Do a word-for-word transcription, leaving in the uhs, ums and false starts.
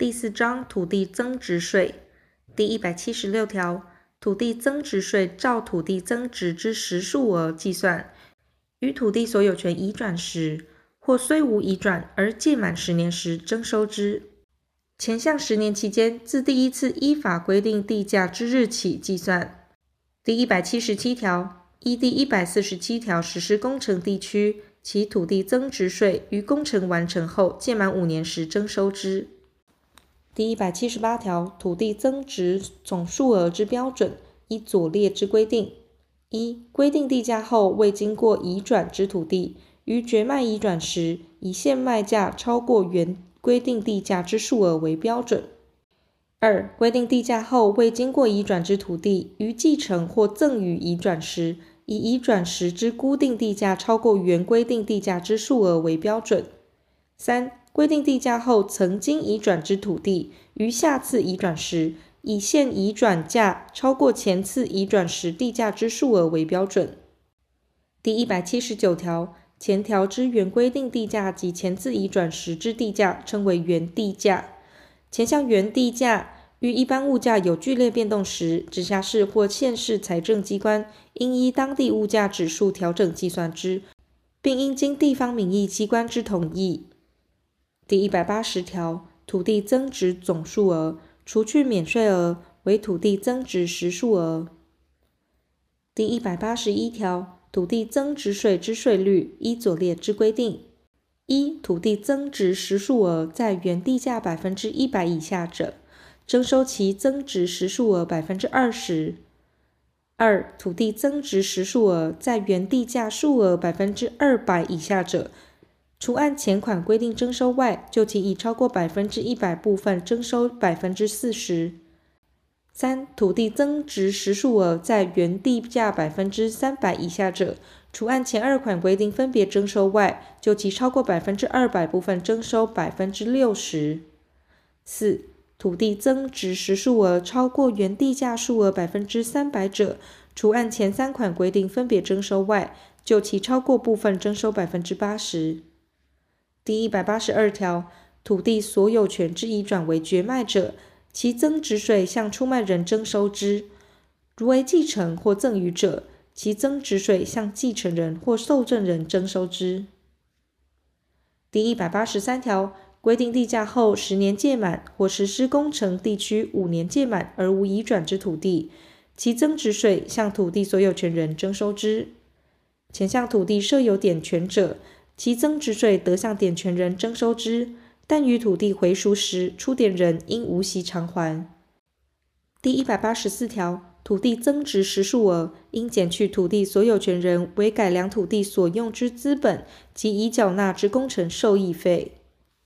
第四章土地增值税第一百七十六条，土地增值税照土地增值之时数额计算，于土地所有权移转时，或虽无移转而届满十年时征收之。前项十年期间，自第一次依法规定地价之日起计算。第一百七十七条，依第一百四十七条实施工程地区，其土地增值税于工程完成后届满五年时征收之。第一百七十八条，土地增值总数额之标准，依左列之规定：一、规定地价后未经过移转之土地，于绝卖移转时，以现卖价超过原规定地价之数额为标准。二、规定地价后未经过移转之土地，于继承或赠与移转时，以移转时之估定地价超过原规定地价之数额为标准。三、规定地价后曾经移转之土地，于下次移转时，以现移转价超过前次移转时地价之数额为标准。第一百七十九条，前条之原规定地价及前次移转时之地价称为原地价。前项原地价于一般物价有剧烈变动时，直辖市或县市财政机关应依当地物价指数调整计算之，并应经地方民意机关之同意。第一百八十条，土地增值总数额，除去免税额，为土地增值时数额。第一百八十一条，土地增值税之税率，依左列之规定：一、土地增值时数额在原地价百分之一百以下者，征收其增值时数额百分之二十。二、土地增值时数额在原地价数额百分之二百以下者，除按前款规定征收外，就其已超过百分之一百部分征收百分之四十。三、土地增值时数额在原地价百分之三百以下者，除按前二款规定分别征收外，就其超过百分之二百部分征收百分之六十。四、土地增值时数额超过原地价数额百分之三百者，除按前三款规定分别征收外，就其超过部分征收百分之八十。第一百八十二条，土地所有权之移转为绝卖者，其增值税向出卖人征收之；如为继承或赠与者，其增值税向继承人或受赠人征收之。第一百八十三条，规定地价后十年届满或实施工程地区五年届满而无移转之土地，其增值税向土地所有权人征收之。前项土地设有典权者，其增值税得向典权人征收之，但于土地回赎时，出典人应无息偿还。第一百八十四条，土地增值时数额应减去土地所有权人为改良土地所用之资本及已缴纳之工程受益费。